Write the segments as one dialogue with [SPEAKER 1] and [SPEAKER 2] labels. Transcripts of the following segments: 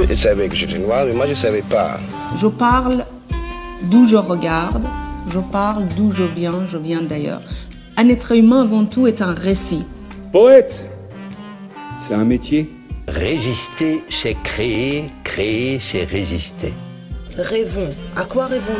[SPEAKER 1] ils savaient que j'étais noir, mais moi je ne savais pas.
[SPEAKER 2] Je parle d'où je regarde, je parle d'où je viens d'ailleurs. Un être humain avant tout est un récit.
[SPEAKER 3] Poète, c'est un métier.
[SPEAKER 4] Résister, c'est créer, créer, c'est résister.
[SPEAKER 2] Rêvons. À quoi rêvons-nous ?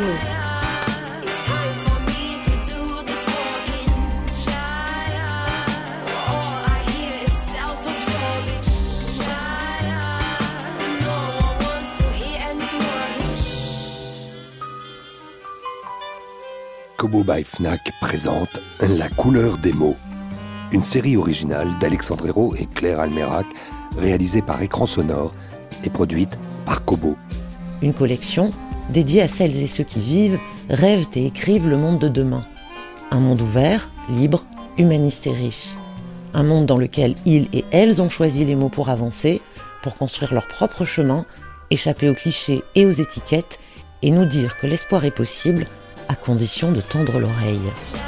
[SPEAKER 5] Kobo by Fnac présente La couleur des mots, une série originale d'Alexandre Hérault et Claire Almérac, réalisée par Écran Sonore et produite par Kobo.
[SPEAKER 6] Une collection dédiée à celles et ceux qui vivent, rêvent et écrivent le monde de demain. Un monde ouvert, libre, humaniste et riche. Un monde dans lequel ils et elles ont choisi les mots pour avancer, pour construire leur propre chemin, échapper aux clichés et aux étiquettes et nous dire que l'espoir est possible à condition de tendre l'oreille.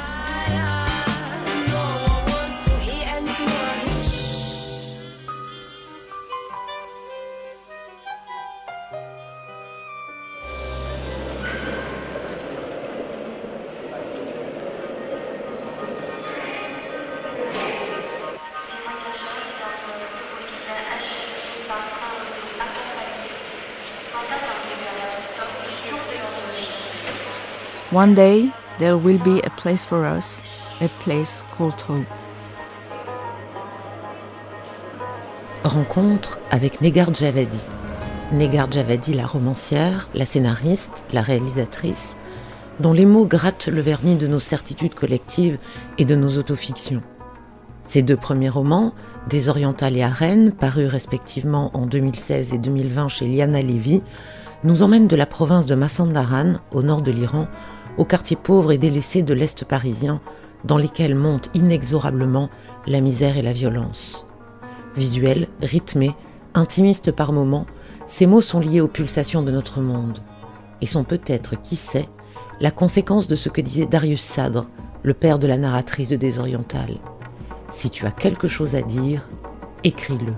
[SPEAKER 7] One day, there will be a place for us, a place called home.
[SPEAKER 6] Rencontre avec Negar Djavadi. Negar Djavadi, la romancière, la scénariste, la réalisatrice, dont les mots grattent le vernis de nos certitudes collectives et de nos autofictions. Ses deux premiers romans, Désorientale et Arène, parus respectivement en 2016 et 2020 chez Liana Levy, nous emmènent de la province de Mazandaran, au nord de l'Iran, aux quartiers pauvres et délaissés de l'Est parisien, dans lesquels montent inexorablement la misère et la violence. Visuels, rythmés, intimistes par moments, ces mots sont liés aux pulsations de notre monde, et sont peut-être, qui sait, la conséquence de ce que disait Darius Sadr, le père de la narratrice de Désorientale. Si tu as quelque chose à dire, écris-le.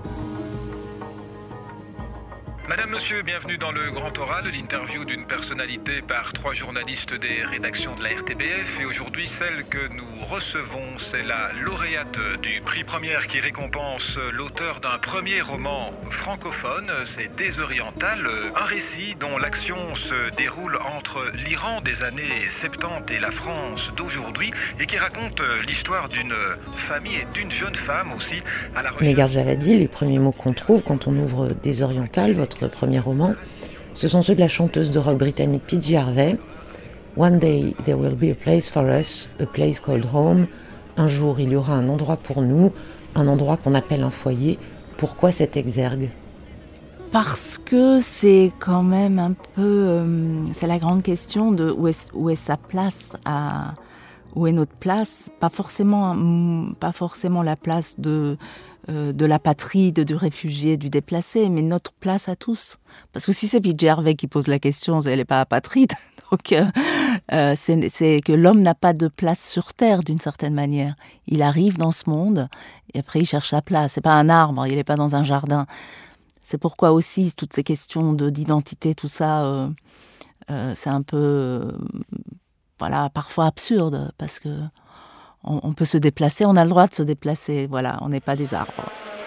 [SPEAKER 8] Madame, monsieur, bienvenue dans le Grand Oral, l'interview d'une personnalité par 3 journalistes des rédactions de la RTBF. Et aujourd'hui, celle que nous recevons, c'est la lauréate du prix Première qui récompense l'auteur d'un premier roman francophone, c'est Désorientale, un récit dont l'action se déroule entre l'Iran des années 70 et la France d'aujourd'hui et qui raconte l'histoire d'une famille et d'une jeune femme aussi à la recherche...
[SPEAKER 6] Negar Djavadi, les premiers mots qu'on trouve quand on ouvre Désorientale, votre premier roman, ce sont ceux de la chanteuse de rock britannique PJ Harvey. One day there will be a place for us, a place called home. Un jour il y aura un endroit pour nous, un endroit qu'on appelle un foyer. Pourquoi cet exergue ?
[SPEAKER 7] Parce que c'est quand même un peu, c'est la grande question de où est sa place, où est notre place. Pas forcément la place de la patrie, du réfugié, du déplacé, mais notre place à tous. Parce que si c'est PJ Harvey qui pose la question, elle n'est pas apatride. Donc c'est que l'homme n'a pas de place sur Terre d'une certaine manière. Il arrive dans ce monde et après il cherche sa place. C'est pas un arbre, il n'est pas dans un jardin. C'est pourquoi aussi toutes ces questions d'identité, tout ça, c'est un peu, parfois absurde parce que on peut se déplacer, on a le droit de se déplacer. Voilà, on n'est pas des arbres.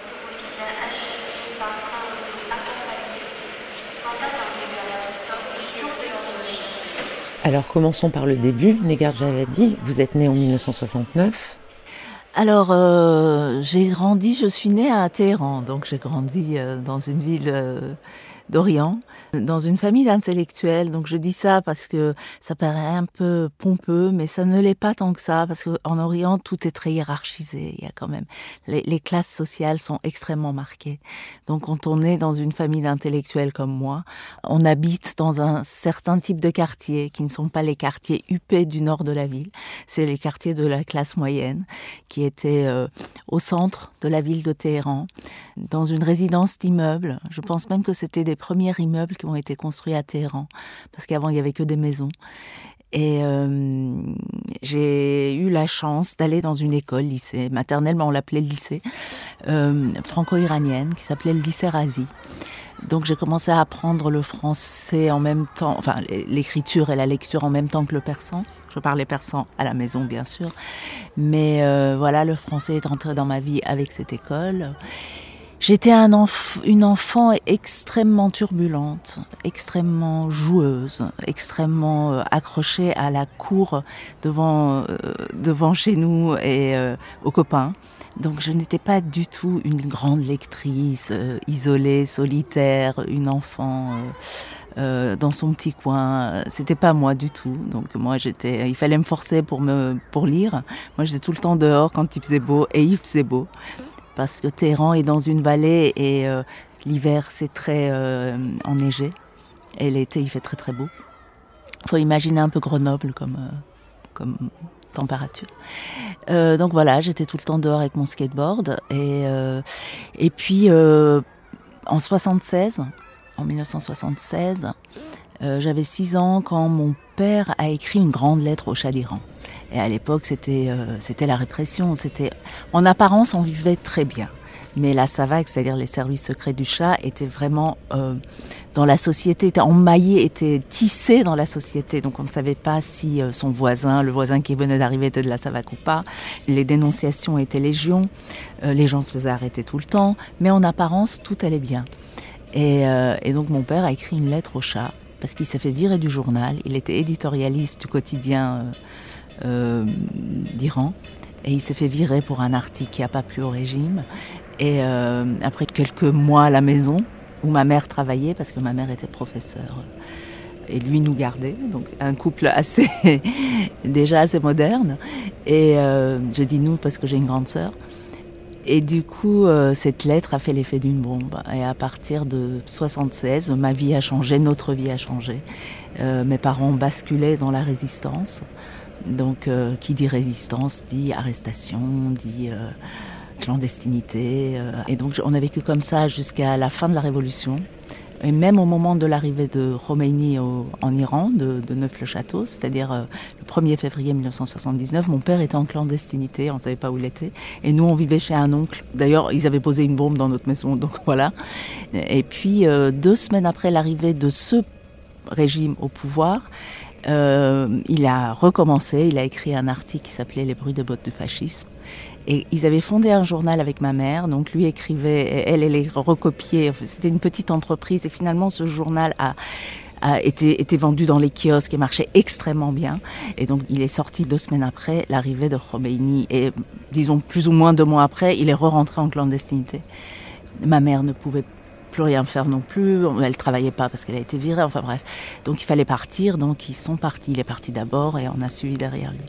[SPEAKER 6] Alors commençons par le début. Negar Djavadi, vous êtes née en 1969.
[SPEAKER 7] Alors, je suis née à Téhéran, donc j'ai grandi dans une ville d'Orient, dans une famille d'intellectuels. Donc je dis ça parce que ça paraît un peu pompeux, mais ça ne l'est pas tant que ça, parce qu'en Orient, tout est très hiérarchisé. Il y a quand même les classes sociales sont extrêmement marquées. Donc quand on est dans une famille d'intellectuels comme moi, on habite dans un certain type de quartiers qui ne sont pas les quartiers huppés du nord de la ville. C'est les quartiers de la classe moyenne qui étaient au centre de la ville de Téhéran, dans une résidence d'immeubles. Je pense même que c'était des premiers immeubles qui ont été construits à Téhéran, parce qu'avant il n'y avait que des maisons. Et j'ai eu la chance d'aller dans une école, lycée, maternelle, mais on l'appelait lycée, franco-iranienne, qui s'appelait le lycée Razi. Donc j'ai commencé à apprendre le français en même temps, enfin l'écriture et la lecture en même temps que le persan. Je parlais persan à la maison, bien sûr. Mais voilà, le français est entré dans ma vie avec cette école. J'étais une enfant extrêmement turbulente, extrêmement joueuse, extrêmement accrochée à la cour devant chez nous et aux copains. Donc je n'étais pas du tout une grande lectrice, isolée, solitaire, une enfant dans son petit coin. C'était pas moi du tout. Donc moi il fallait me forcer pour lire. Moi j'étais tout le temps dehors quand il faisait beau, et il faisait beau. Parce que Téhéran est dans une vallée et l'hiver c'est très enneigé et l'été il fait très très beau. Il faut imaginer un peu Grenoble comme température. Donc voilà, j'étais tout le temps dehors avec mon skateboard et puis en 1976, j'avais 6 ans quand mon père a écrit une grande lettre au Shah d'Iran. Et à l'époque, c'était la répression. En apparence, on vivait très bien. Mais la SAVAK, c'est-à-dire les services secrets du Shah, étaient vraiment dans la société, étaient emmaillés, étaient tissés dans la société. Donc on ne savait pas si son voisin, le voisin qui venait d'arriver était de la SAVAK ou pas. Les dénonciations étaient légion. Les gens se faisaient arrêter tout le temps. Mais en apparence, tout allait bien. Et donc mon père a écrit une lettre au Shah parce qu'il s'est fait virer du journal. Il était éditorialiste du quotidien d'Iran et il s'est fait virer pour un article qui n'a pas plu au régime. Et après quelques mois à la maison où ma mère travaillait, parce que ma mère était professeure et lui nous gardait, donc un couple déjà assez moderne. Et je dis nous parce que j'ai une grande sœur. Et du coup, cette lettre a fait l'effet d'une bombe. Et à partir de 1976, ma vie a changé, notre vie a changé. Mes parents basculaient dans la résistance. Donc, qui dit résistance dit arrestation, dit clandestinité. Et donc, on a vécu comme ça jusqu'à la fin de la Révolution. Et même au moment de l'arrivée de Khomeini en Iran, de Neuf-le-Château, c'est-à-dire le 1er février 1979, mon père était en clandestinité, on ne savait pas où il était. Et nous, on vivait chez un oncle. D'ailleurs, ils avaient posé une bombe dans notre maison, donc voilà. Et puis, 2 semaines après l'arrivée de ce régime au pouvoir, il a recommencé, il a écrit un article qui s'appelait « Les bruits de bottes du fascisme ». Et ils avaient fondé un journal avec ma mère, donc lui écrivait, elle les recopiait, c'était une petite entreprise, et finalement ce journal a été vendu dans les kiosques et marchait extrêmement bien. Et donc il est sorti 2 semaines après l'arrivée de Khomeini, et disons plus ou moins 2 mois après, il est re-rentré en clandestinité. Ma mère ne pouvait plus rien faire non plus, elle travaillait pas parce qu'elle a été virée, enfin bref. Donc il fallait partir, donc ils sont partis, il est parti d'abord et on a suivi derrière lui.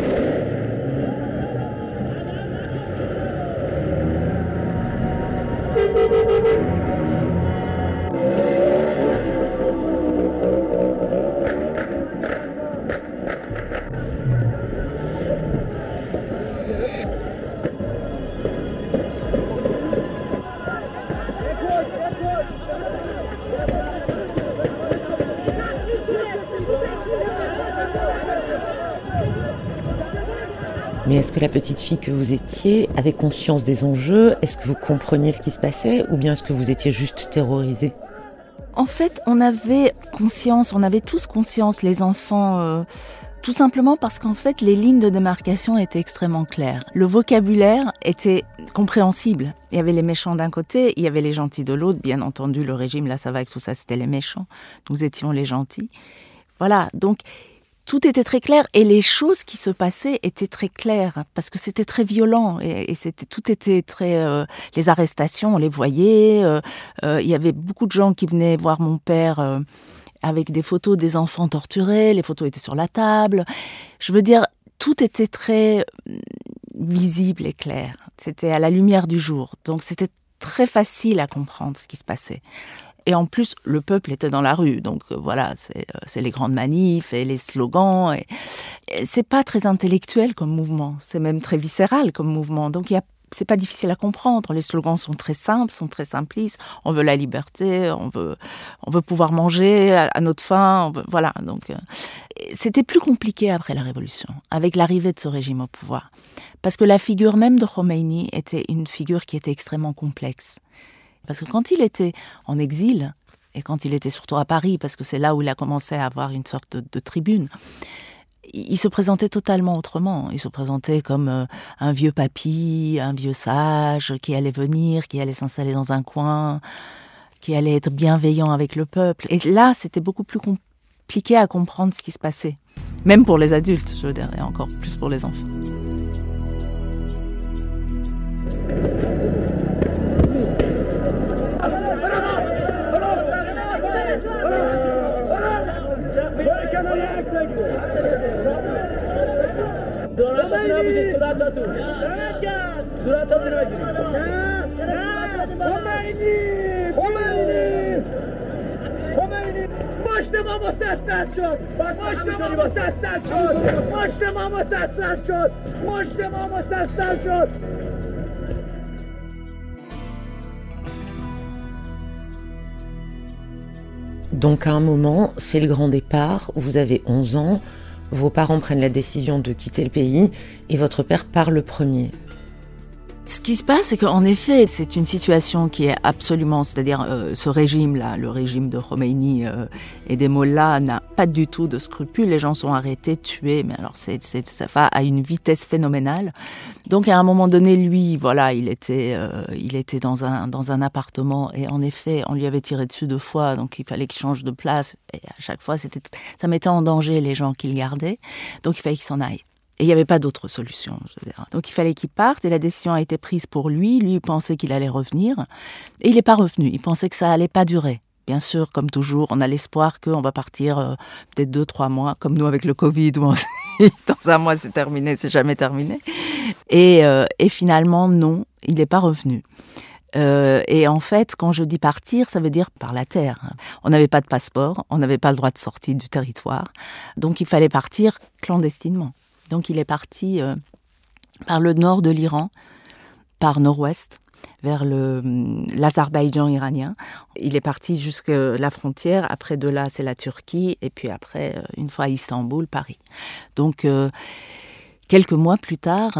[SPEAKER 6] Mais est-ce que la petite fille que vous étiez avait conscience des enjeux ? Est-ce que vous compreniez ce qui se passait ? Ou bien est-ce que vous étiez juste terrorisée ?
[SPEAKER 7] En fait, on avait tous conscience, les enfants, tout simplement parce qu'en fait, les lignes de démarcation étaient extrêmement claires. Le vocabulaire était compréhensible. Il y avait les méchants d'un côté, il y avait les gentils de l'autre. Bien entendu, le régime, la SAVAK, tout ça, c'était les méchants. Nous étions les gentils. Voilà, donc tout était très clair et les choses qui se passaient étaient très claires parce que c'était très violent et tout était très... les arrestations, on les voyait. Il y avait beaucoup de gens qui venaient voir mon père avec des photos des enfants torturés. Les photos étaient sur la table. Je veux dire, tout était très visible et clair. C'était à la lumière du jour. Donc c'était très facile à comprendre ce qui se passait. Et en plus, le peuple était dans la rue. Donc voilà, c'est les grandes manifs et les slogans. Et c'est pas très intellectuel comme mouvement. C'est même très viscéral comme mouvement. Donc c'est pas difficile à comprendre. Les slogans sont très simples, sont très simplistes. On veut la liberté, on veut pouvoir manger à notre faim. Voilà. Donc c'était plus compliqué après la Révolution, avec l'arrivée de ce régime au pouvoir. Parce que la figure même de Khomeini était une figure qui était extrêmement complexe. Parce que quand il était en exil, et quand il était surtout à Paris, parce que c'est là où il a commencé à avoir une sorte de tribune, il se présentait totalement autrement. Il se présentait comme un vieux papy, un vieux sage, qui allait venir, qui allait s'installer dans un coin, qui allait être bienveillant avec le peuple. Et là, c'était beaucoup plus compliqué à comprendre ce qui se passait. Même pour les adultes, je dirais, et encore plus pour les enfants.
[SPEAKER 6] Donc à un moment, c'est le grand départ, vous avez 11 ans, vos parents prennent la décision de quitter le pays et votre père part le premier.
[SPEAKER 7] Ce qui se passe, c'est qu'en effet, c'est une situation qui est absolument... C'est-à-dire, ce régime-là, le régime de Khomeini et des mollahs, n'a pas du tout de scrupules. Les gens sont arrêtés, tués, mais alors ça va à une vitesse phénoménale. Donc, à un moment donné, lui, voilà, il était dans un appartement et en effet, on lui avait tiré dessus 2 fois, donc il fallait qu'il change de place. Et à chaque fois, ça mettait en danger les gens qu'il gardait, donc il fallait qu'il s'en aille. Et il n'y avait pas d'autre solution. Je veux dire. Donc il fallait qu'il parte et la décision a été prise pour lui. Lui, il pensait qu'il allait revenir et il n'est pas revenu. Il pensait que ça n'allait pas durer. Bien sûr, comme toujours, on a l'espoir qu'on va partir peut-être 2-3 mois, comme nous avec le Covid, où on se dit dans 1 mois c'est terminé, c'est jamais terminé. Et finalement, non, il n'est pas revenu. Et en fait, quand je dis partir, ça veut dire par la terre. On n'avait pas de passeport, on n'avait pas le droit de sortie du territoire. Donc il fallait partir clandestinement. Donc il est parti par le nord de l'Iran, par nord-ouest, vers l'Azerbaïdjan iranien. Il est parti jusqu'à la frontière. Après, de là, c'est la Turquie. Et puis après, une fois à Istanbul, Paris. Donc, quelques mois plus tard,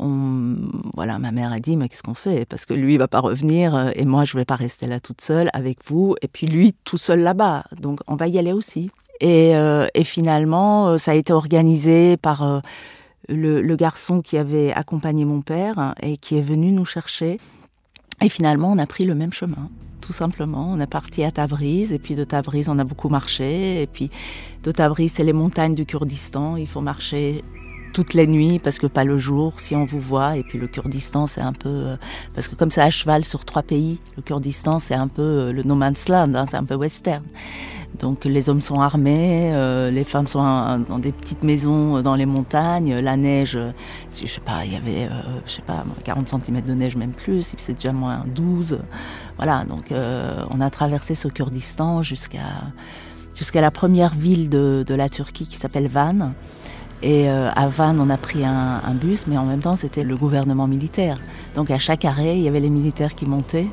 [SPEAKER 7] ma mère a dit « Mais qu'est-ce qu'on fait ? Parce que lui, il ne va pas revenir et moi, je ne vais pas rester là toute seule avec vous. Et puis lui, tout seul là-bas. Donc, on va y aller aussi. » Et finalement, ça a été organisé par le garçon qui avait accompagné mon père et qui est venu nous chercher. Et finalement, on a pris le même chemin, tout simplement. On est parti à Tabriz, et puis de Tabriz, on a beaucoup marché. Et puis de Tabriz, c'est les montagnes du Kurdistan. Il faut marcher toutes les nuits, parce que pas le jour, si on vous voit. Et puis le Kurdistan, c'est un peu... parce que comme c'est à cheval sur 3 pays, le Kurdistan, c'est un peu le no man's land, hein, c'est un peu western. Donc les hommes sont armés, les femmes sont dans des petites maisons dans les montagnes, la neige, je sais pas, il y avait 40 cm de neige, même plus, il faisait déjà moins 12. Voilà, donc on a traversé ce Kurdistan jusqu'à la première ville de la Turquie qui s'appelle Van. Et à Van, on a pris un bus, mais en même temps, c'était le gouvernement militaire. Donc à chaque arrêt, il y avait les militaires qui montaient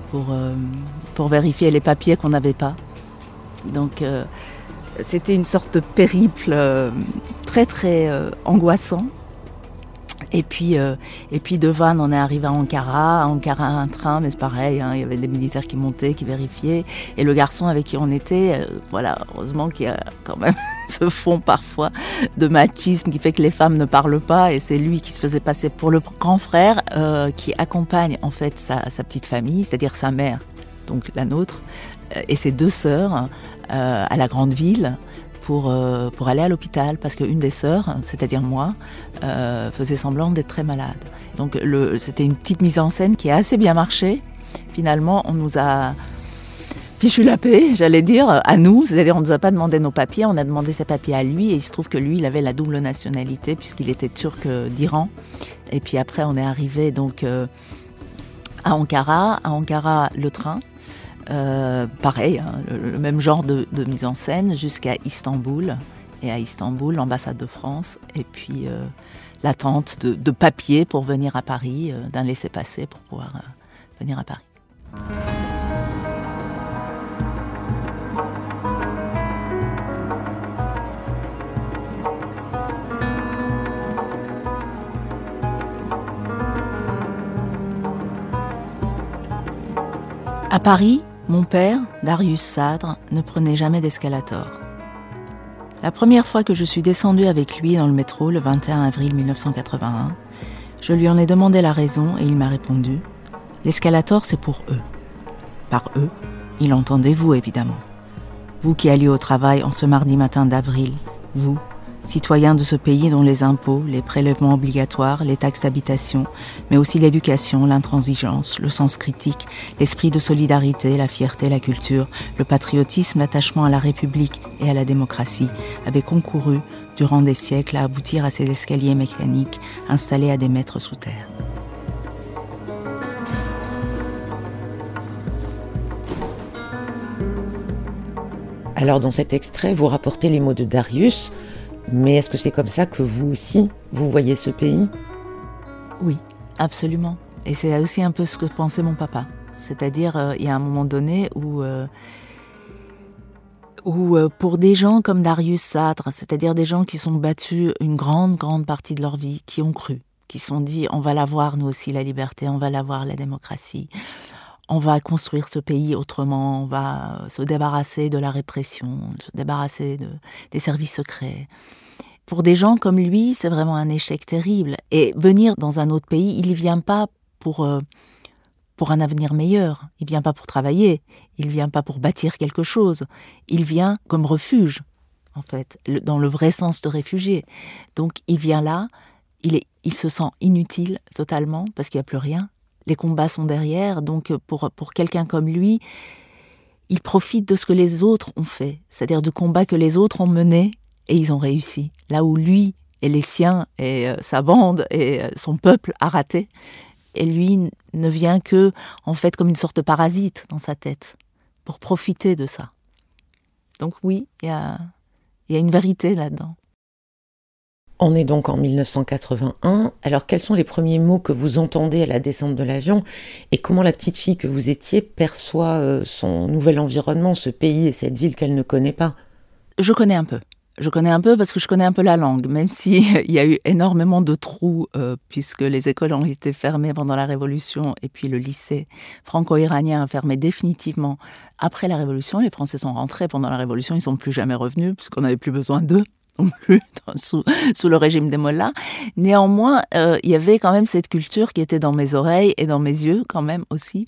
[SPEAKER 7] pour vérifier les papiers qu'on n'avait pas. Donc c'était une sorte de périple très très angoissant. Et puis de Van, on est arrivé à Ankara. À Ankara, un train, mais c'est pareil, hein, il y avait des militaires qui montaient, qui vérifiaient. Et le garçon avec qui on était, heureusement qu'il y a quand même ce fond parfois de machisme qui fait que les femmes ne parlent pas. Et c'est lui qui se faisait passer pour le grand frère qui accompagne en fait sa petite famille, c'est-à-dire sa mère, donc la nôtre, et ses 2 sœurs à la grande ville pour aller à l'hôpital, parce qu'une des sœurs, c'est-à-dire moi, faisait semblant d'être très malade. Donc c'était une petite mise en scène qui a assez bien marché. Finalement, on nous a fichu la paix, j'allais dire, à nous. C'est-à-dire, on ne nous a pas demandé nos papiers, on a demandé ses papiers à lui. Et il se trouve que lui, il avait la double nationalité, puisqu'il était turc d'Iran. Et puis après, on est arrivé donc à Ankara. À Ankara, le train. Pareil, hein, le même genre de mise en scène jusqu'à Istanbul. Et à Istanbul, l'ambassade de France. Et puis l'attente de papiers pour venir à Paris, d'un laissez-passer pour pouvoir venir à Paris. À Paris, mon père, Darius Sadre, ne prenait jamais d'escalator. La première fois que je suis descendue avec lui dans le métro, le 21 avril 1981, je lui en ai demandé la raison et il m'a répondu « L'escalator, c'est pour eux. » Par eux, il entendait vous, évidemment. Vous qui alliez au travail en ce mardi matin d'avril, vous, citoyens de ce pays dont les impôts, les prélèvements obligatoires, les taxes d'habitation, mais aussi l'éducation, l'intransigeance, le sens critique, l'esprit de solidarité, la fierté, la culture, le patriotisme, l'attachement à la République et à la démocratie avaient concouru durant des siècles à aboutir à ces escaliers mécaniques installés à des mètres sous terre.
[SPEAKER 6] Alors dans cet extrait, vous rapportez les mots de Darius, mais est-ce que c'est comme ça que vous aussi, vous voyez ce pays ?
[SPEAKER 7] Oui, absolument. Et c'est aussi un peu ce que pensait mon papa. C'est-à-dire, il y a un moment donné où pour des gens comme Darius Sadre, c'est-à-dire des gens qui sont battus une grande partie de leur vie, qui ont cru, qui se sont dit « on va l'avoir nous aussi la liberté, on va l'avoir la démocratie ». On va construire ce pays autrement, on va se débarrasser de la répression, se débarrasser des services secrets. Pour des gens comme lui, c'est vraiment un échec terrible. Et venir dans un autre pays, il ne vient pas pour un avenir meilleur. Il ne vient pas pour travailler, il ne vient pas pour bâtir quelque chose. Il vient comme refuge, en fait, dans le vrai sens de réfugié. Donc il vient là, il se sent inutile totalement parce qu'il n'y a plus rien. Les combats sont derrière, donc pour quelqu'un comme lui, il profite de ce que les autres ont fait, c'est-à-dire de combats que les autres ont menés et ils ont réussi. Là où lui et les siens et sa bande et son peuple a raté, et lui ne vient que, en fait, comme une sorte de parasite dans sa tête, pour profiter de ça. Donc oui, il y a une vérité là-dedans.
[SPEAKER 6] On est donc en 1981. Alors, quels sont les premiers mots que vous entendez à la descente de l'avion et comment la petite fille que vous étiez perçoit son nouvel environnement, ce pays et cette ville qu'elle ne connaît pas ?
[SPEAKER 7] Je connais un peu. Je connais un peu parce que je connais un peu la langue, même s'il y a eu énormément de trous puisque les écoles ont été fermées pendant la Révolution et puis le lycée franco-iranien a fermé définitivement après la Révolution. Les Français sont rentrés pendant la Révolution, ils ne sont plus jamais revenus puisqu'on n'avait plus besoin d'eux. Non plus sous le régime des mollahs. Néanmoins, il y avait quand même cette culture qui était dans mes oreilles et dans mes yeux quand même aussi.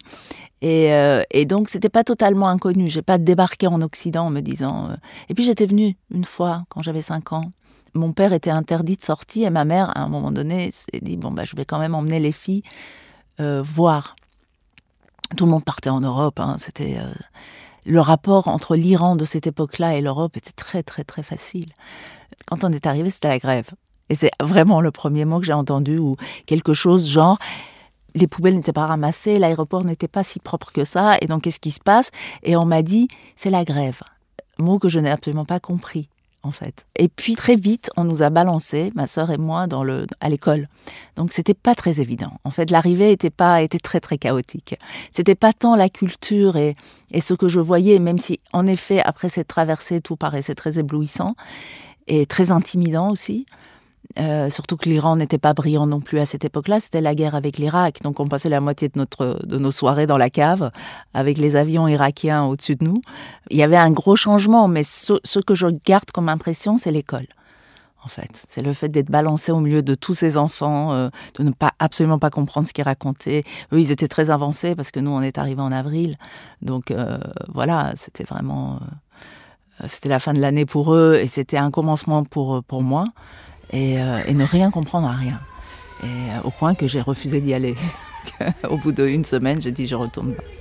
[SPEAKER 7] Et donc, c'était pas totalement inconnu. J'ai pas débarqué en Occident en me disant... Et puis, j'étais venue une fois, quand j'avais 5 ans. Mon père était interdit de sortie et ma mère, à un moment donné, s'est dit, je vais quand même emmener les filles voir. Tout le monde partait en Europe. Hein. C'était... Le rapport entre l'Iran de cette époque-là et l'Europe était très, très, très facile. Quand on est arrivé, c'était la grève. Et c'est vraiment le premier mot que j'ai entendu, ou quelque chose genre, les poubelles n'étaient pas ramassées, l'aéroport n'était pas si propre que ça, et donc qu'est-ce qui se passe ? Et on m'a dit, c'est la grève. Mot que je n'ai absolument pas compris, en fait. Et puis très vite, on nous a balancé, ma sœur et moi, à l'école. Donc c'était pas très évident. En fait, l'arrivée était très très chaotique. C'était pas tant la culture et ce que je voyais, même si en effet après cette traversée, tout paraissait très éblouissant et très intimidant aussi. Surtout que l'Iran n'était pas brillant non plus à cette époque-là, c'était la guerre avec l'Irak, donc on passait la moitié de nos soirées dans la cave, avec les avions irakiens au-dessus de nous. Il y avait un gros changement, mais ce que je garde comme impression, c'est l'école, en fait. C'est le fait d'être balancé au milieu de tous ces enfants, de ne pas absolument pas comprendre ce qu'ils racontaient. Eux, ils étaient très avancés, parce que nous, on est arrivés en avril, donc voilà, c'était vraiment... c'était la fin de l'année pour eux, et c'était un commencement pour moi. Et ne rien comprendre à rien. Et au point que j'ai refusé d'y aller. Au bout d'1 semaine, j'ai dit je retourne pas.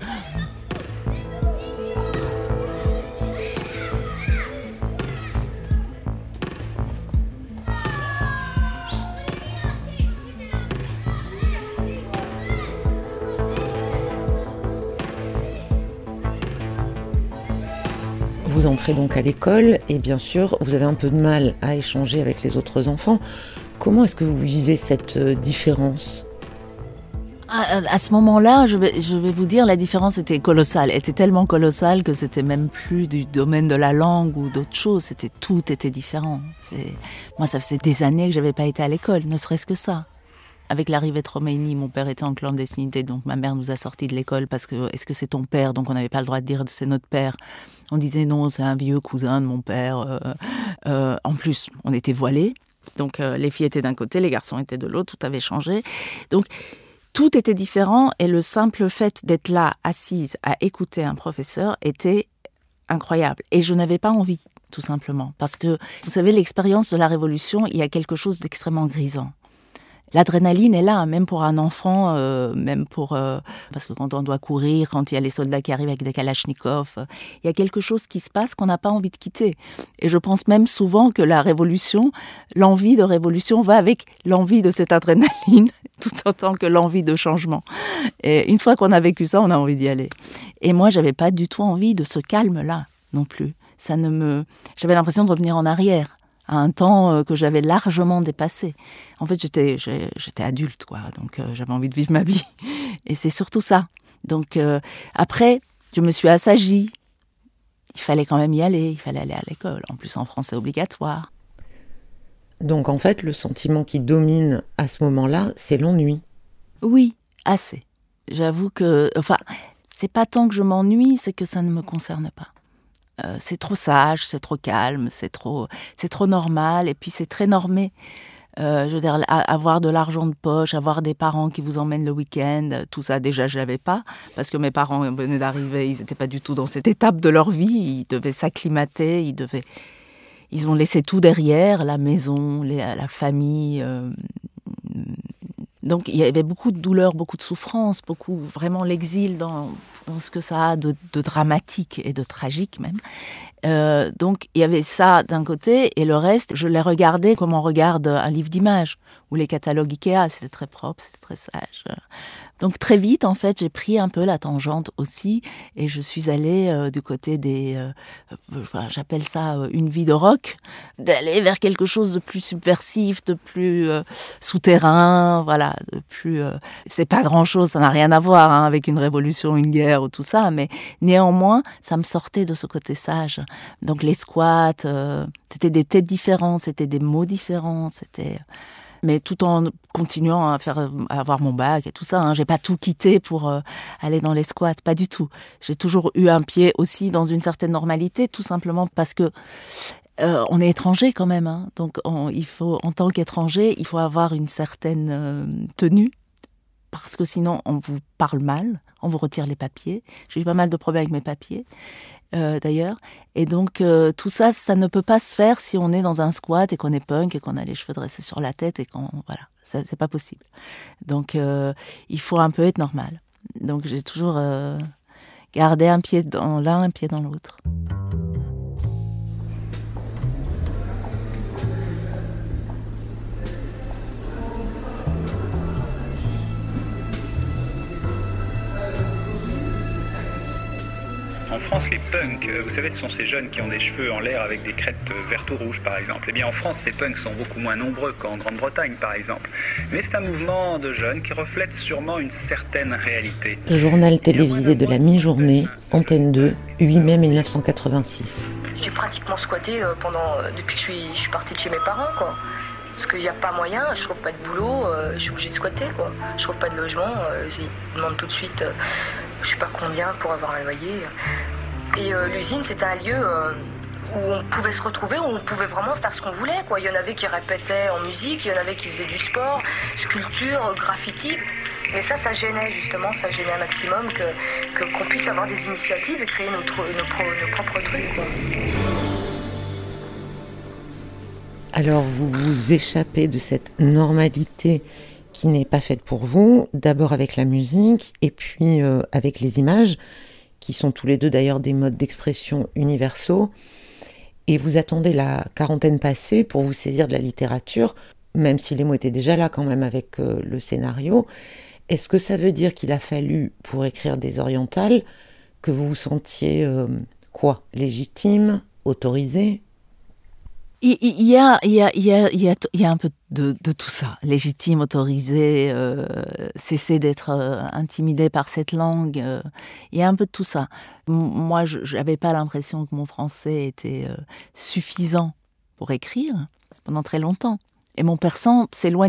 [SPEAKER 6] Vous entrez donc à l'école et bien sûr, vous avez un peu de mal à échanger avec les autres enfants. Comment est-ce que vous vivez cette différence ?
[SPEAKER 7] À ce moment-là, je vais vous dire, la différence était colossale. Elle était tellement colossale que c'était même plus du domaine de la langue ou d'autres choses. Tout était différent. Moi, ça faisait des années que j'avais pas été à l'école, ne serait-ce que ça. avec l'arrivée de Khomeini, mon père était en clandestinité, donc ma mère nous a sortis de l'école parce que est-ce que c'est ton père? Donc on n'avait pas le droit de dire c'est notre père. On disait non, c'est un vieux cousin de mon père. En plus, on était voilés. Donc les filles étaient d'un côté, les garçons étaient de l'autre, tout avait changé. Donc tout était différent et le simple fait d'être là, assise, à écouter un professeur était incroyable. Et je n'avais pas envie, tout simplement. Parce que, vous savez, l'expérience de la Révolution, il y a quelque chose d'extrêmement grisant. L'adrénaline est là, même pour un enfant, parce que quand on doit courir, quand il y a les soldats qui arrivent avec des kalachnikovs, il y a quelque chose qui se passe qu'on n'a pas envie de quitter. Et je pense même souvent que la révolution, l'envie de révolution va avec l'envie de cette adrénaline, tout autant que l'envie de changement. Et une fois qu'on a vécu ça, on a envie d'y aller. Et moi, j'avais pas du tout envie de ce calme-là non plus. J'avais l'impression de revenir en arrière, à un temps que j'avais largement dépassé. En fait, j'étais adulte, quoi, donc j'avais envie de vivre ma vie. Et c'est surtout ça. Donc après, je me suis assagie. Il fallait quand même y aller, il fallait aller à l'école. En plus, en France, c'est obligatoire.
[SPEAKER 6] Donc en fait, le sentiment qui domine à ce moment-là, c'est l'ennui.
[SPEAKER 7] Oui, assez. J'avoue que... Enfin, c'est pas tant que je m'ennuie, c'est que ça ne me concerne pas. C'est trop sage, c'est trop calme, c'est trop normal, et puis c'est très normé. Je veux dire, avoir de l'argent de poche, avoir des parents qui vous emmènent le week-end, tout ça, déjà, je l'avais pas, parce que mes parents venaient d'arriver, ils n'étaient pas du tout dans cette étape de leur vie, ils devaient s'acclimater, ils ont laissé tout derrière, la maison, la famille. Donc, il y avait beaucoup de douleur, beaucoup de souffrance, vraiment l'exil dans ce que ça a de dramatique et de tragique même. Donc, il y avait ça d'un côté, et le reste, je les regardais comme on regarde un livre d'images, ou les catalogues Ikea, c'était très propre, c'était très sage. Donc, très vite, en fait, j'ai pris un peu la tangente aussi, et je suis allée du côté j'appelle ça une vie de rock, d'aller vers quelque chose de plus subversif, de plus souterrain, voilà, de plus... c'est pas grand-chose, ça n'a rien à voir avec une révolution, une guerre ou tout ça, mais néanmoins, ça me sortait de ce côté sage. Donc les squats, c'était des têtes différentes, c'était des mots différents, mais tout en continuant à avoir mon bac et tout ça. J'ai pas tout quitté pour aller dans les squats, pas du tout. J'ai toujours eu un pied aussi dans une certaine normalité, tout simplement parce que on est étranger quand même. Donc il faut, en tant qu'étranger, il faut avoir une certaine tenue, parce que sinon on vous parle mal, on vous retire les papiers. J'ai eu pas mal de problèmes avec mes papiers. D'ailleurs. Et donc, tout ça, ça ne peut pas se faire si on est dans un squat et qu'on est punk et qu'on a les cheveux dressés sur la tête et voilà, ça, c'est pas possible. Donc, il faut un peu être normal. Donc, j'ai toujours gardé un pied dans l'un, un pied dans l'autre.
[SPEAKER 8] En France, les punks, vous savez, ce sont ces jeunes qui ont des cheveux en l'air avec des crêtes vertes ou rouges, par exemple. Eh bien, en France, ces punks sont beaucoup moins nombreux qu'en Grande-Bretagne, par exemple. Mais c'est un mouvement de jeunes qui reflète sûrement une certaine réalité.
[SPEAKER 6] Journal télévisé de la mi-journée, Antenne 2, 8 mai 1986.
[SPEAKER 9] J'ai pratiquement squatté depuis que je suis partie de chez mes parents, quoi. Parce qu'il n'y a pas moyen, je trouve pas de boulot, je suis obligée de squatter, quoi. Je trouve pas de logement, ils demandent tout de suite, je sais pas combien pour avoir un loyer. Et l'usine, c'était un lieu où on pouvait se retrouver, où on pouvait vraiment faire ce qu'on voulait, quoi. Il y en avait qui répétaient en musique, il y en avait qui faisaient du sport, sculpture, graffiti. Mais ça gênait justement, ça gênait un maximum qu'on puisse avoir des initiatives et créer nos propres trucs, quoi.
[SPEAKER 6] Alors, vous vous échappez de cette normalité qui n'est pas faite pour vous, d'abord avec la musique et puis avec les images, qui sont tous les deux d'ailleurs des modes d'expression universaux. Et vous attendez la quarantaine passée pour vous saisir de la littérature, même si les mots étaient déjà là quand même avec le scénario. Est-ce que ça veut dire qu'il a fallu, pour écrire des orientales, que vous vous sentiez légitime, autorisé ?
[SPEAKER 7] Il y a un peu de tout ça. Légitime, autorisé, cesser d'être intimidé par cette langue. Il y a un peu de tout ça. Moi, je n'avais pas l'impression que mon français était suffisant pour écrire pendant très longtemps. Et mon persan s'éloignait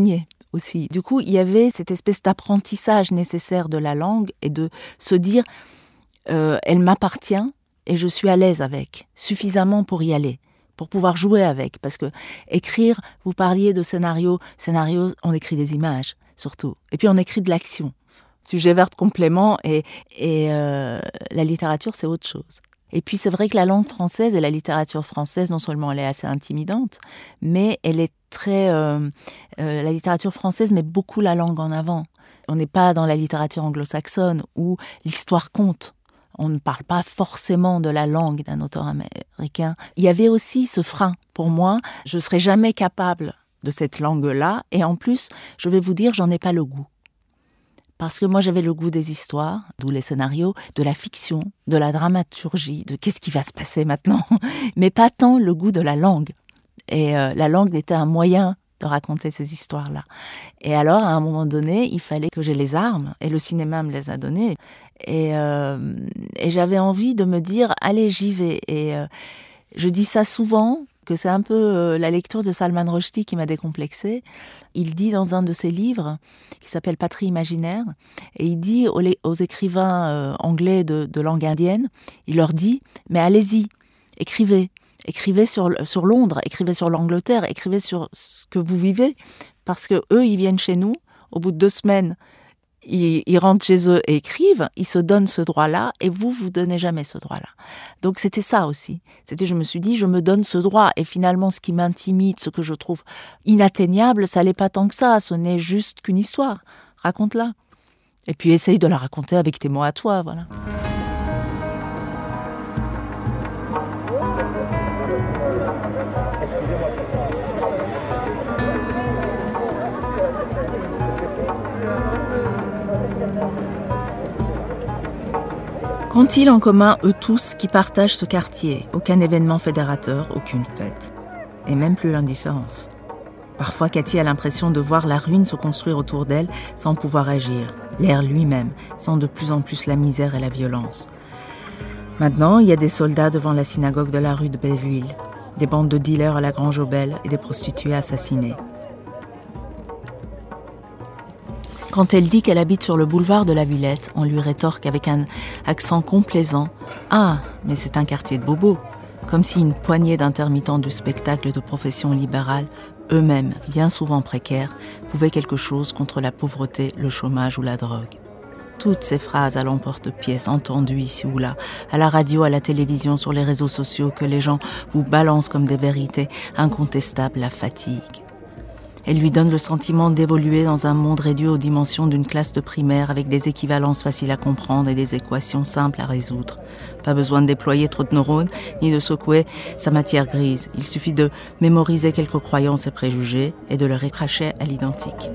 [SPEAKER 7] aussi. Du coup, il y avait cette espèce d'apprentissage nécessaire de la langue et de se dire elle m'appartient et je suis à l'aise avec, suffisamment pour y aller, pour pouvoir jouer avec. Parce que écrire, vous parliez de scénario, on écrit des images surtout. Et puis on écrit de l'action. Sujet, verbe, complément et la littérature, c'est autre chose. Et puis c'est vrai que la langue française et la littérature française, non seulement elle est assez intimidante, mais elle est très... la littérature française met beaucoup la langue en avant. On n'est pas dans la littérature anglo-saxonne où l'histoire compte. On ne parle pas forcément de la langue d'un auteur américain. Il y avait aussi ce frein. Pour moi, je ne serais jamais capable de cette langue-là. Et en plus, je vais vous dire, j'en ai pas le goût. Parce que moi, j'avais le goût des histoires, d'où les scénarios, de la fiction, de la dramaturgie, de qu'est-ce qui va se passer maintenant, mais pas tant le goût de la langue. Et la langue était un moyen de raconter ces histoires-là. Et alors, à un moment donné, il fallait que j'ai les armes, et le cinéma me les a données. Et j'avais envie de me dire, allez, j'y vais. Et je dis ça souvent, que c'est un peu la lecture de Salman Rushdie qui m'a décomplexée. Il dit dans un de ses livres, qui s'appelle Patrie imaginaire, et il dit aux écrivains anglais de langue indienne, il leur dit, mais allez-y, écrivez. Écrivez sur Londres, écrivez sur l'Angleterre, écrivez sur ce que vous vivez, parce que eux, ils viennent chez nous, au bout de 2 semaines, ils rentrent chez eux et écrivent, ils se donnent ce droit-là, et vous donnez jamais ce droit-là. Donc c'était ça aussi. Je me suis dit, je me donne ce droit, et finalement, ce qui m'intimide, ce que je trouve inatteignable, ça n'est pas tant que ça, ce n'est juste qu'une histoire. Raconte-la. Et puis essaye de la raconter avec tes mots à toi, voilà. Qu'ont-ils en commun, eux tous, qui partagent ce quartier ? Aucun événement fédérateur, aucune fête. Et même plus l'indifférence. Parfois, Cathy a l'impression de voir la ruine se construire autour d'elle sans pouvoir agir. L'air lui-même sent de plus en plus la misère et la violence. Maintenant, il y a des soldats devant la synagogue de la rue de Belleville, des bandes de dealers à la Grange aux Belles et des prostituées assassinées. Quand elle dit qu'elle habite sur le boulevard de la Villette, on lui rétorque avec un accent complaisant « Ah, mais c'est un quartier de bobos !» Comme si une poignée d'intermittents du spectacle de professions libérales, eux-mêmes bien souvent précaires, pouvaient quelque chose contre la pauvreté, le chômage ou la drogue. Toutes ces phrases à l'emporte-pièce, entendues ici ou là, à la radio, à la télévision, sur les réseaux sociaux, que les gens vous balancent comme des vérités incontestables, la fatigue. Elle lui donne le sentiment d'évoluer dans un monde réduit aux dimensions d'une classe de primaire avec des équivalences faciles à comprendre et des équations simples à résoudre. Pas besoin de déployer trop de neurones, ni de secouer sa matière grise. Il suffit de mémoriser quelques croyances et préjugés et de les recracher à l'identique.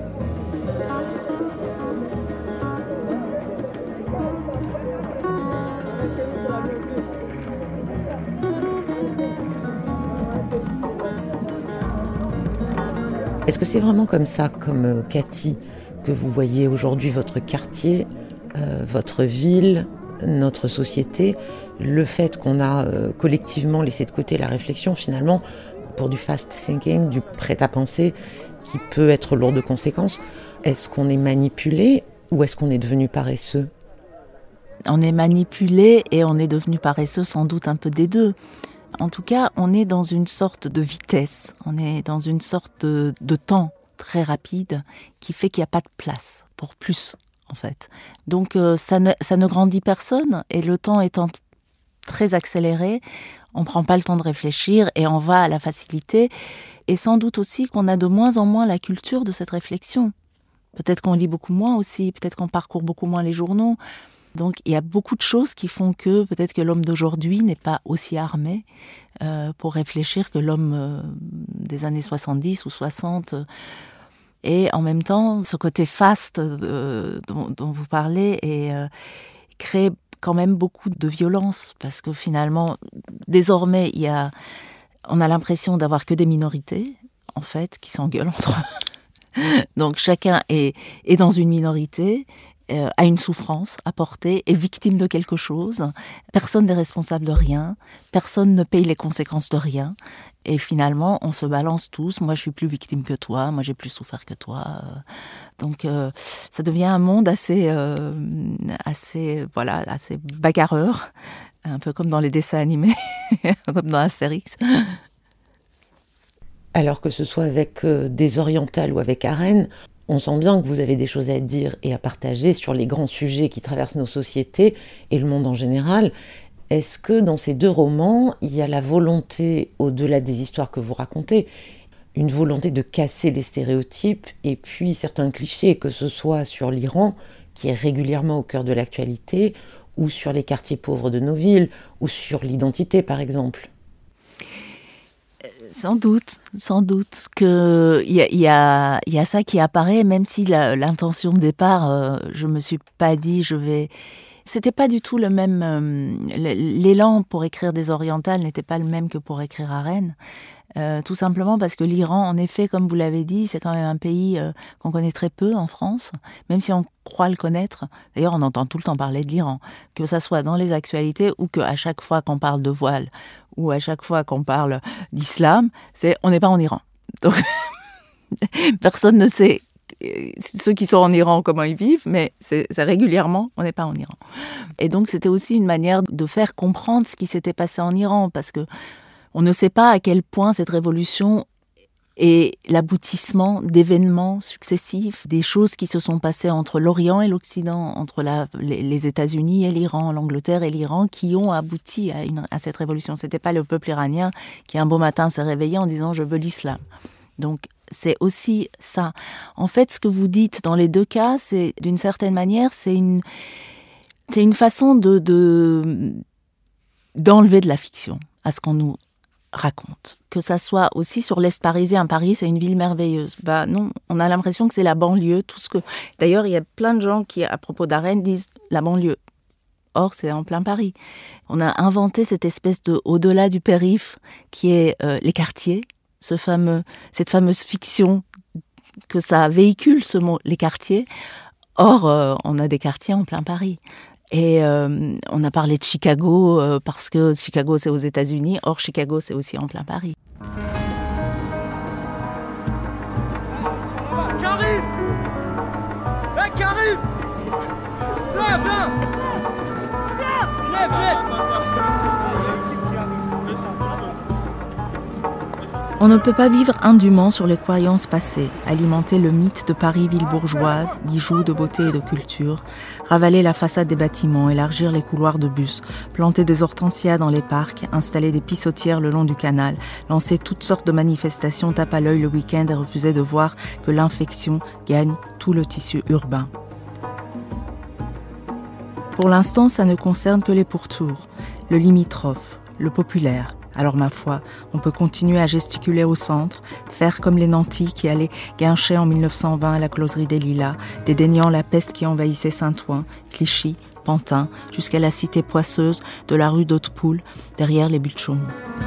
[SPEAKER 6] Est-ce que c'est vraiment comme ça, comme Cathy, que vous voyez aujourd'hui votre quartier, votre ville, notre société, le fait qu'on a collectivement laissé de côté la réflexion finalement pour du fast thinking, du prêt-à-penser qui peut être lourd de conséquences? Est-ce qu'on est manipulé ou est-ce qu'on est devenu paresseux?
[SPEAKER 7] On est manipulé et on est devenu paresseux, sans doute un peu des deux. En tout cas, on est dans une sorte de vitesse, on est dans une sorte de temps très rapide qui fait qu'il n'y a pas de place pour plus, en fait. Donc ça ne grandit personne, et le temps étant très accéléré, on ne prend pas le temps de réfléchir et on va à la facilité. Et sans doute aussi qu'on a de moins en moins la culture de cette réflexion. Peut-être qu'on lit beaucoup moins aussi, peut-être qu'on parcourt beaucoup moins les journaux. Donc il y a beaucoup de choses qui font que peut-être que l'homme d'aujourd'hui n'est pas aussi armé pour réfléchir que l'homme des années 70 ou 60. Et en même temps, ce côté fast dont vous parlez crée quand même beaucoup de violence, parce que finalement, désormais, on a l'impression d'avoir que des minorités, en fait, qui s'engueulent entre eux. Donc chacun est dans une minorité. a une souffrance à porter, est victime de quelque chose. Personne n'est responsable de rien, personne ne paye les conséquences de rien. Et finalement, on se balance tous. Moi, je suis plus victime que toi. Moi, j'ai plus souffert que toi. Donc, ça devient un monde assez bagarreur, un peu comme dans les dessins animés, comme dans Astérix.
[SPEAKER 6] Alors que ce soit avec des orientales ou avec Arène, on sent bien que vous avez des choses à dire et à partager sur les grands sujets qui traversent nos sociétés et le monde en général. Est-ce que dans ces deux romans, il y a la volonté, au-delà des histoires que vous racontez, une volonté de casser les stéréotypes et puis certains clichés, que ce soit sur l'Iran, qui est régulièrement au cœur de l'actualité, ou sur les quartiers pauvres de nos villes, ou sur l'identité par exemple?
[SPEAKER 7] Sans doute qu'il y a ça qui apparaît, même si l'intention de départ, je me suis pas dit C'était pas du tout le même. L'élan pour écrire des orientales n'était pas le même que pour écrire Arène. Tout simplement parce que l'Iran, en effet, comme vous l'avez dit, c'est quand même un pays qu'on connaît très peu en France, même si on croit le connaître. D'ailleurs, on entend tout le temps parler de l'Iran, que ça soit dans les actualités ou qu'à chaque fois qu'on parle de voile ou à chaque fois qu'on parle d'islam, on n'est pas en Iran. Donc, personne ne sait ceux qui sont en Iran, comment ils vivent, mais c'est régulièrement, on n'est pas en Iran. Et donc, c'était aussi une manière de faire comprendre ce qui s'était passé en Iran, parce que on ne sait pas à quel point cette révolution est l'aboutissement d'événements successifs, des choses qui se sont passées entre l'Orient et l'Occident, entre les États-Unis et l'Iran, l'Angleterre et l'Iran, qui ont abouti à cette révolution. C'était pas le peuple iranien qui un beau matin s'est réveillé en disant « je veux l'islam ». Donc, c'est aussi ça. En fait, ce que vous dites dans les deux cas, c'est d'une certaine manière, c'est une façon d'enlever de la fiction à ce qu'on nous raconte. Que ça soit aussi sur l'Est parisien. Paris, c'est une ville merveilleuse. Bah non, on a l'impression que c'est la banlieue. D'ailleurs, il y a plein de gens qui, à propos d'Arène, disent la banlieue. Or, c'est en plein Paris. On a inventé cette espèce de au-delà du périph' qui est les quartiers. Cette fameuse fiction que ça véhicule, ce mot, les quartiers. Or, on a des quartiers en plein Paris. Et on a parlé de Chicago parce que Chicago, c'est aux États-Unis. Or, Chicago, c'est aussi en plein Paris.
[SPEAKER 10] Karim! Hey, Karim! Viens!
[SPEAKER 7] On ne peut pas vivre indûment sur les croyances passées, alimenter le mythe de Paris ville bourgeoise, bijoux de beauté et de culture, ravaler la façade des bâtiments, élargir les couloirs de bus, planter des hortensias dans les parcs, installer des pissotières le long du canal, lancer toutes sortes de manifestations tape à l'œil le week-end et refuser de voir que l'infection gagne tout le tissu urbain. Pour l'instant, ça ne concerne que les pourtours, le limitrophe, le populaire. Alors ma foi, on peut continuer à gesticuler au centre, faire comme les nantis qui allaient guincher en 1920 à la closerie des Lilas, dédaignant la peste qui envahissait Saint-Ouen, Clichy, Pantin, jusqu'à la cité poisseuse de la rue d'Haute-Poule, derrière les buts de Chaumont.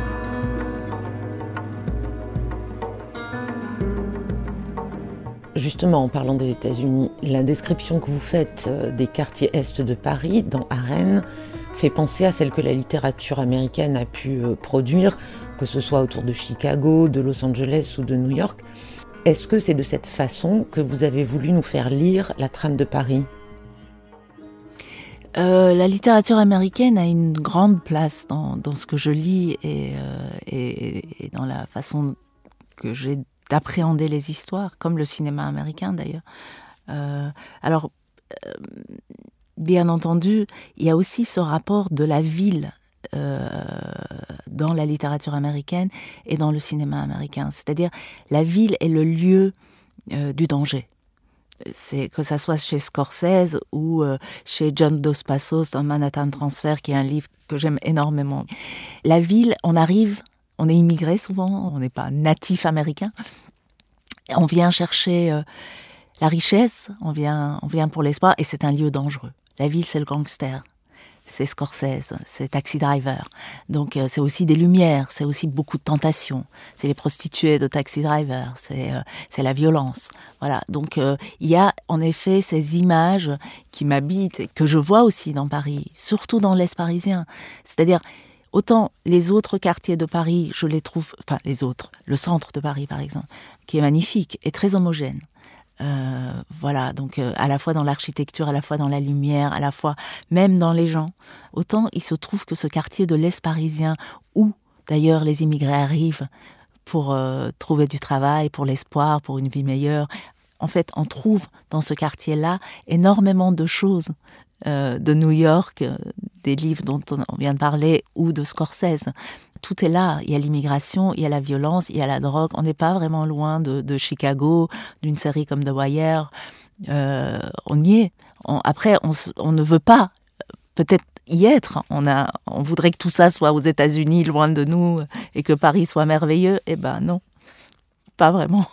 [SPEAKER 6] Justement, en parlant des États-Unis, la description que vous faites des quartiers est de Paris, dans Arène, fait penser à celle que la littérature américaine a pu produire, que ce soit autour de Chicago, de Los Angeles ou de New York. Est-ce que c'est de cette façon que vous avez voulu nous faire lire la trame de Paris ?
[SPEAKER 7] La littérature américaine a une grande place dans ce que je lis et dans la façon que j'ai d'appréhender les histoires, comme le cinéma américain d'ailleurs. Bien entendu, il y a aussi ce rapport de la ville dans la littérature américaine et dans le cinéma américain. C'est-à-dire, la ville est le lieu du danger. C'est que ça soit chez Scorsese ou chez John Dos Passos dans Manhattan Transfer, qui est un livre que j'aime énormément. La ville, on est immigré souvent, on n'est pas natif américain. On vient chercher la richesse, on vient pour l'espoir, et c'est un lieu dangereux. La ville, c'est le gangster. c'est Scorsese, c'est Taxi Driver. Donc c'est aussi des lumières, c'est aussi beaucoup de tentations. C'est les prostituées de Taxi Driver, c'est la violence. Voilà. Donc il y a en effet ces images qui m'habitent et que je vois aussi dans Paris, surtout dans l'Est parisien. C'est-à-dire, autant les autres quartiers de Paris, je les trouve, enfin les autres, le centre de Paris par exemple, qui est magnifique et très homogène. Voilà, donc à la fois dans l'architecture, à la fois dans la lumière, à la fois même dans les gens. Autant il se trouve que ce quartier de l'Est parisien, où d'ailleurs les immigrés arrivent pour trouver du travail, pour l'espoir, pour une vie meilleure, en fait on trouve dans ce quartier-là énormément de choses de New York, des livres dont on vient de parler, ou de Scorsese. Tout est là. Il y a l'immigration, il y a la violence, il y a la drogue. On n'est pas vraiment loin de Chicago, d'une série comme The Wire. On y est. Après, on ne veut pas peut-être y être. On voudrait que tout ça soit aux États-Unis, loin de nous, et que Paris soit merveilleux. Eh ben non, pas vraiment.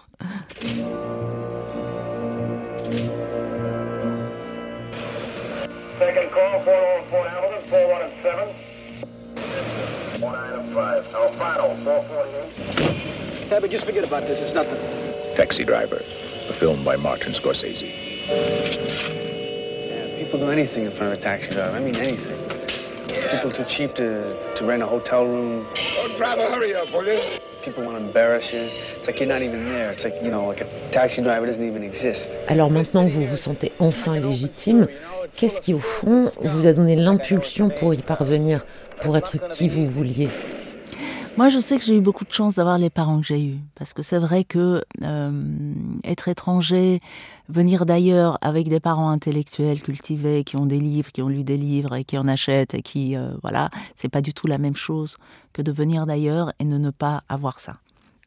[SPEAKER 11] Second call, 404 Hamilton, 41 7. 1905. Alfano, 448.
[SPEAKER 12] Yeah, but just forget about this. It's nothing.
[SPEAKER 13] Taxi Driver, a film by Martin Scorsese.
[SPEAKER 12] Yeah, people do anything in front of a taxi driver. I mean, anything. People too cheap to rent a hotel room.
[SPEAKER 13] Oh, driver, hurry up, will you?
[SPEAKER 12] People want to embarrass you. It's like you're not even there. It's like, you know, like a taxi driver doesn't even exist.
[SPEAKER 6] Alors maintenant que vous vous sentez enfin légitime, qu'est-ce qui, au fond, vous a donné l'impulsion pour y parvenir, pour être qui vous vouliez ?
[SPEAKER 7] Moi, je sais que j'ai eu beaucoup de chance d'avoir les parents que j'ai eus. Parce que c'est vrai que être étranger, venir d'ailleurs avec des parents intellectuels cultivés, qui ont des livres, qui ont lu des livres et qui en achètent, et qui, voilà, c'est pas du tout la même chose que de venir d'ailleurs et de ne pas avoir ça.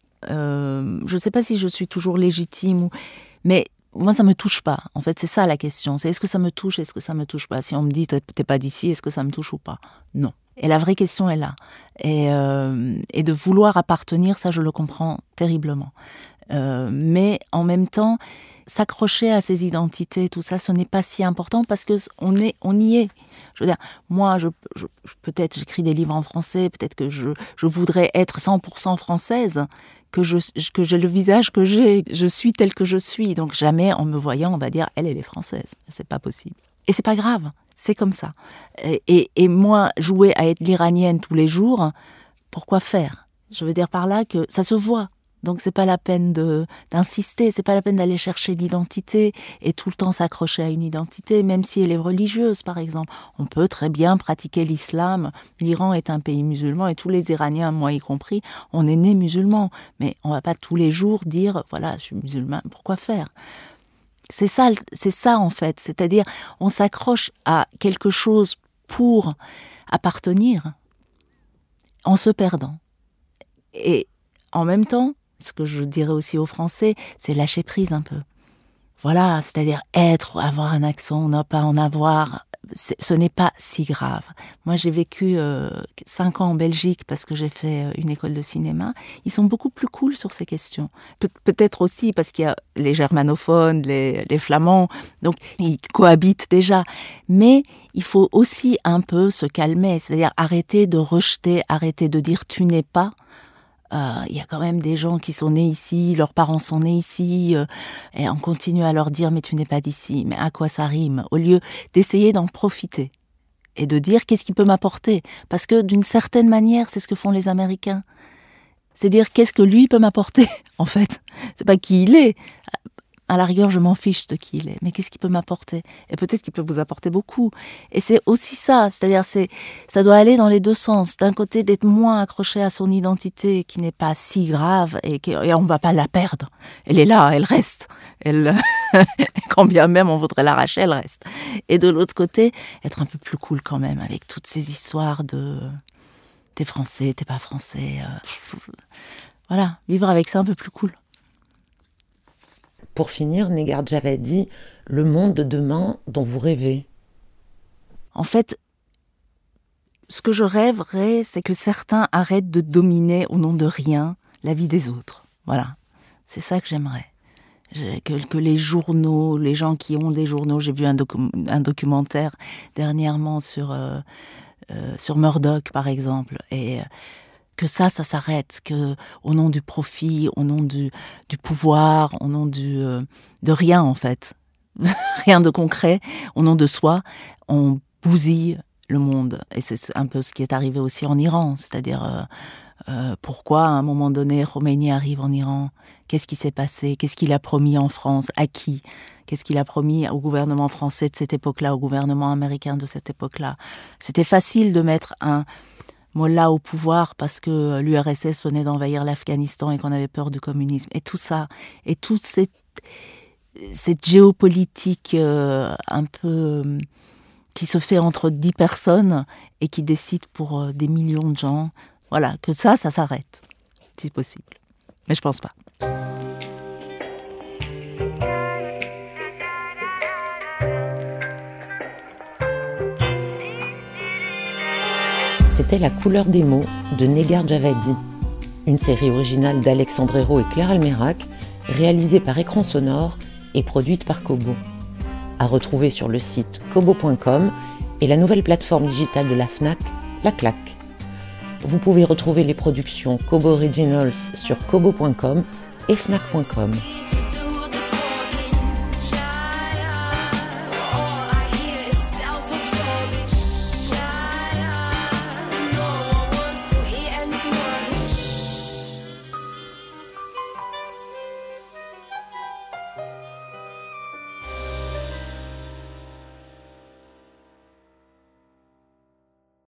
[SPEAKER 7] Je sais pas si je suis toujours légitime, mais moi, ça me touche pas. En fait, c'est ça la question. C'est est-ce que ça me touche, est-ce que ça me touche pas ? Si on me dit, t'es pas d'ici, est-ce que ça me touche ou pas ? Non. Et la vraie question est là. Et de vouloir appartenir, ça, je le comprends terriblement. Mais en même temps, s'accrocher à ses identités, tout ça, ce n'est pas si important parce que on y est. Je veux dire, moi, peut-être j'écris des livres en français, peut-être que je voudrais être 100% française, que j'ai le visage que j'ai, je suis telle que je suis. Donc jamais, en me voyant, on va dire, elle est française. C'est pas possible. Et c'est pas grave, c'est comme ça. Et moi, jouer à être l'Iranienne tous les jours, pourquoi faire ? Je veux dire par là que ça se voit. Donc c'est pas la peine d'insister, c'est pas la peine d'aller chercher l'identité et tout le temps s'accrocher à une identité, même si elle est religieuse par exemple. On peut très bien pratiquer l'islam. L'Iran est un pays musulman et tous les Iraniens, moi y compris, on est nés musulmans. Mais on va pas tous les jours dire voilà, je suis musulman, pourquoi faire ? C'est ça en fait, c'est-à-dire on s'accroche à quelque chose pour appartenir en se perdant. Et en même temps, ce que je dirais aussi aux Français, c'est lâcher prise un peu. Voilà, c'est-à-dire avoir un accent, ne pas en avoir, ce n'est pas si grave. Moi, j'ai vécu 5 ans en Belgique parce que j'ai fait une école de cinéma. Ils sont beaucoup plus cool sur ces questions. Peut-être aussi parce qu'il y a les germanophones, les flamands, donc ils cohabitent déjà. Mais il faut aussi un peu se calmer, c'est-à-dire arrêter de rejeter, arrêter de dire « tu n'es pas ». Il y a quand même des gens qui sont nés ici, leurs parents sont nés ici, et on continue à leur dire « mais tu n'es pas d'ici ». Mais à quoi ça rime ? Au lieu d'essayer d'en profiter et de dire « qu'est-ce qui peut m'apporter ?» Parce que d'une certaine manière, c'est ce que font les Américains. C'est dire « qu'est-ce que lui peut m'apporter ?» En fait, c'est pas qui il est. À la rigueur, je m'en fiche de qui il est, mais qu'est-ce qu'il peut m'apporter ? Et peut-être qu'il peut vous apporter beaucoup. Et c'est aussi ça, c'est-à-dire ça doit aller dans les deux sens. D'un côté, d'être moins accroché à son identité, qui n'est pas si grave, et on ne va pas la perdre. Elle est là, elle reste. Quand bien même on voudrait l'arracher, elle reste. Et de l'autre côté, être un peu plus cool quand même, avec toutes ces histoires de « t'es français, t'es pas français ». Voilà, vivre avec ça un peu plus cool.
[SPEAKER 6] Pour finir, Negar Djawadi, le monde de demain dont vous rêvez.
[SPEAKER 7] En fait, ce que je rêverais, c'est que certains arrêtent de dominer au nom de rien la vie des autres. Voilà, c'est ça que j'aimerais. que les journaux, les gens qui ont des journaux, j'ai vu un documentaire dernièrement sur Murdoch, par exemple, et que ça s'arrête, que au nom du profit, au nom du pouvoir, au nom de rien en fait, rien de concret, au nom de soi, on bousille le monde. Et c'est un peu ce qui est arrivé aussi en Iran, c'est-à-dire pourquoi à un moment donné Khomeini arrive en Iran, qu'est-ce qui s'est passé, qu'est-ce qu'il a promis en France, à qui, qu'est-ce qu'il a promis au gouvernement français de cette époque-là, au gouvernement américain de cette époque-là. C'était facile de mettre un mollah au pouvoir parce que l'URSS venait d'envahir l'Afghanistan et qu'on avait peur du communisme. Et tout ça, et toute cette géopolitique un peu qui se fait entre 10 personnes et qui décide pour des millions de gens, voilà, que ça s'arrête, si possible. Mais je pense pas.
[SPEAKER 6] C'était La couleur des mots de Negar Djavadi, une série originale d'Alexandre Hérault et Claire Almérac, réalisée par Écran Sonore et produite par Kobo. À retrouver sur le site kobo.com et la nouvelle plateforme digitale de la Fnac, La Claque. Vous pouvez retrouver les productions Kobo Originals sur kobo.com et fnac.com.